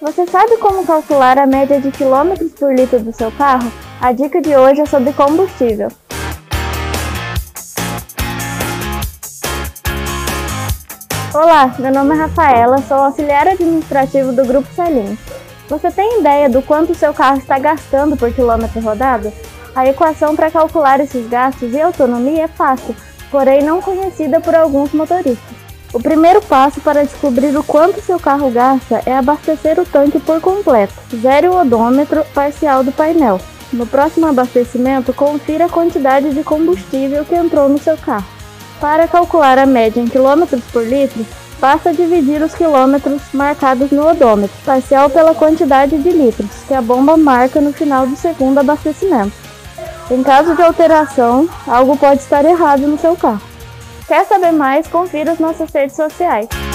Você sabe como calcular a média de quilômetros por litro do seu carro? A dica de hoje é sobre combustível. Olá, meu nome é Rafaela, sou auxiliar administrativo do Grupo Salim. Você tem ideia do quanto o seu carro está gastando por quilômetro rodado? A equação para calcular esses gastos e autonomia é fácil, porém não conhecida por alguns motoristas. O primeiro passo para descobrir o quanto seu carro gasta é abastecer o tanque por completo. Zere o odômetro parcial do painel. No próximo abastecimento, confira a quantidade de combustível que entrou no seu carro. Para calcular a média em quilômetros por litro, basta dividir os quilômetros marcados no odômetro parcial pela quantidade de litros que a bomba marca no final do segundo abastecimento. Em caso de alteração, algo pode estar errado no seu carro. Quer saber mais? Confira as nossas redes sociais.